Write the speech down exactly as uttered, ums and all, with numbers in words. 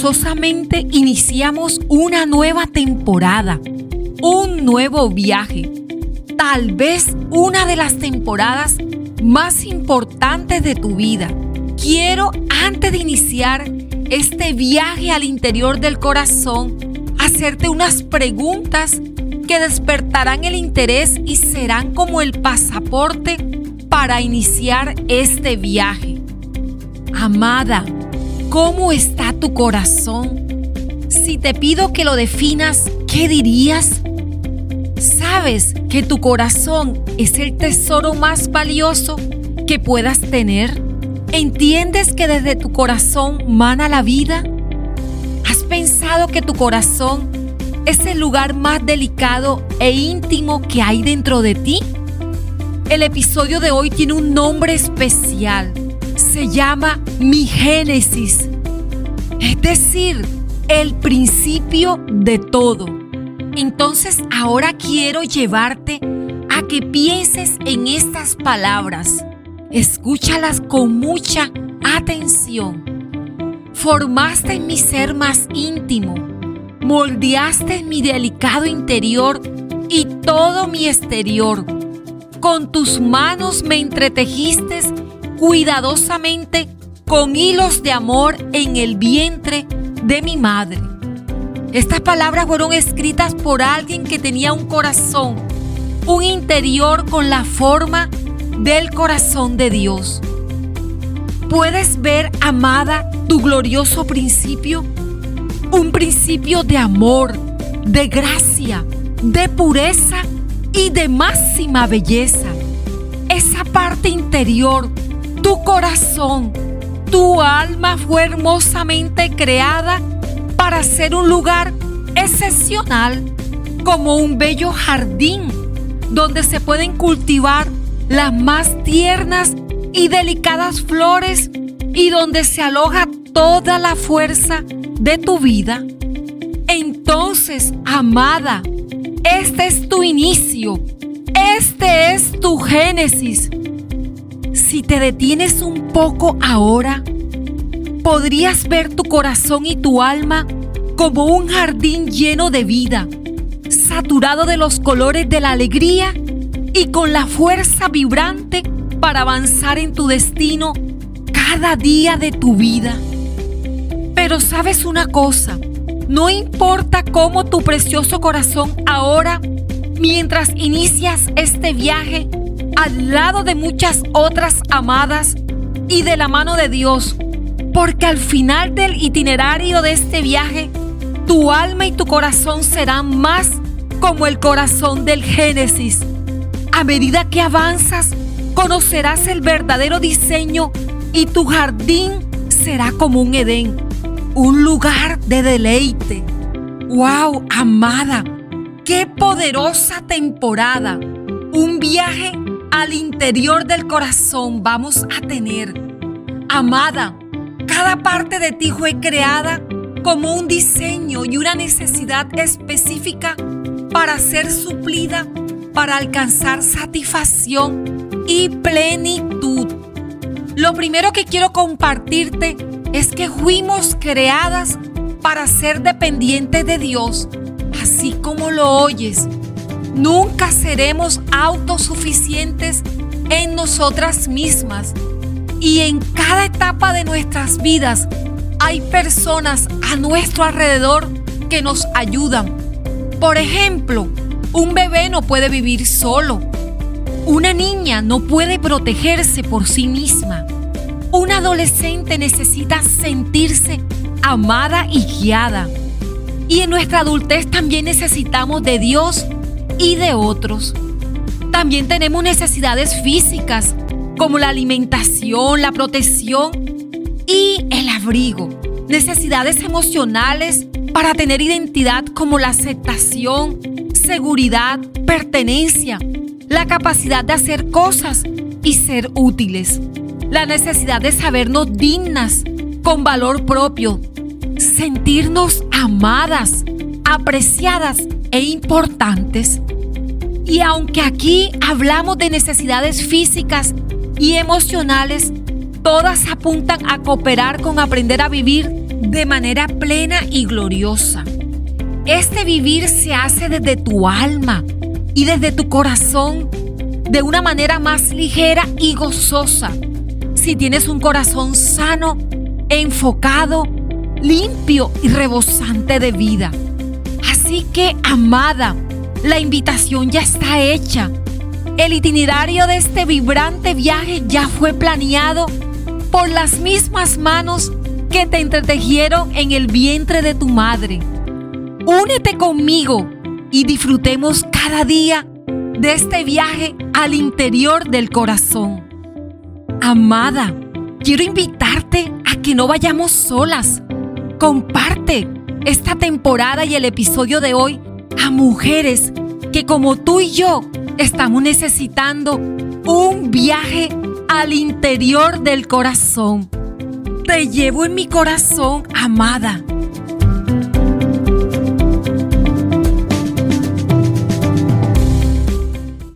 gozosamente iniciamos una nueva temporada, un nuevo viaje, tal vez una de las temporadas más importantes de tu vida. Quiero, antes de iniciar este viaje al interior del corazón, hacerte unas preguntas que despertarán el interés y serán como el pasaporte para iniciar este viaje. Amada, ¿cómo está tu corazón? Si te pido que lo definas, ¿qué dirías? ¿Sabes que tu corazón es el tesoro más valioso que puedas tener? ¿Entiendes que desde tu corazón mana la vida? ¿Has pensado que tu corazón es el lugar más delicado e íntimo que hay dentro de ti? El episodio de hoy tiene un nombre especial. Se llama Mi Génesis, es decir, el principio de todo. Entonces ahora quiero llevarte a que pienses en estas palabras. Escúchalas con mucha atención. Formaste en mi ser más íntimo, moldeaste mi delicado interior y todo mi exterior. Con tus manos me entretejiste cuidadosamente con hilos de amor en el vientre de mi madre. Estas palabras fueron escritas por alguien que tenía un corazón, un interior con la forma del corazón de Dios. ¿Puedes ver, amada, tu glorioso principio? Un principio de amor, de gracia, de pureza y de máxima belleza. Esa parte interior, tu corazón, tu alma fue hermosamente creada para ser un lugar excepcional, como un bello jardín donde se pueden cultivar las más tiernas y delicadas flores y donde se aloja toda la fuerza de tu vida. Entonces, amada, este es tu inicio, este es tu génesis. Si te detienes un poco ahora, podrías ver tu corazón y tu alma como un jardín lleno de vida, saturado de los colores de la alegría y con la fuerza vibrante para avanzar en tu destino cada día de tu vida. Pero sabes una cosa, no importa cómo tu precioso corazón ahora, mientras inicias este viaje al lado de muchas otras amadas y de la mano de Dios, porque al final del itinerario de este viaje, tu alma y tu corazón serán más como el corazón del Génesis. A medida que avanzas, conocerás el verdadero diseño y tu jardín será como un Edén, un lugar de deleite. ¡Wow, amada! ¡Qué poderosa temporada! Un viaje al interior del corazón vamos a tener. Amada, cada parte de ti fue creada como un diseño y una necesidad específica para ser suplida, para alcanzar satisfacción y plenitud. Lo primero que quiero compartirte es que fuimos creadas para ser dependientes de Dios, así como lo oyes. Nunca seremos autosuficientes en nosotras mismas. Y en cada etapa de nuestras vidas hay personas a nuestro alrededor que nos ayudan. Por ejemplo, un bebé no puede vivir solo. Una niña no puede protegerse por sí misma. Un adolescente necesita sentirse amada y guiada. Y en nuestra adultez también necesitamos de Dios y de otros. También tenemos necesidades físicas como la alimentación, la protección y el abrigo. Necesidades emocionales para tener identidad como la aceptación, seguridad, pertenencia, la capacidad de hacer cosas y ser útiles. La necesidad de sabernos dignas, con valor propio, sentirnos amadas, apreciadas e importantes. Y aunque aquí hablamos de necesidades físicas y emocionales, todas apuntan a cooperar con aprender a vivir de manera plena y gloriosa. Este vivir se hace desde tu alma y desde tu corazón de una manera más ligera y gozosa. Si tienes un corazón sano, enfocado, limpio y rebosante de vida. Así que, amada, la invitación ya está hecha. El itinerario de este vibrante viaje ya fue planeado por las mismas manos que te entretejieron en el vientre de tu madre. Únete conmigo y disfrutemos cada día de este viaje al interior del corazón. Amada, quiero invitarte a que no vayamos solas. Comparte esta temporada y el episodio de hoy a mujeres que, como tú y yo, estamos necesitando un viaje al interior del corazón. Te llevo en mi corazón, amada,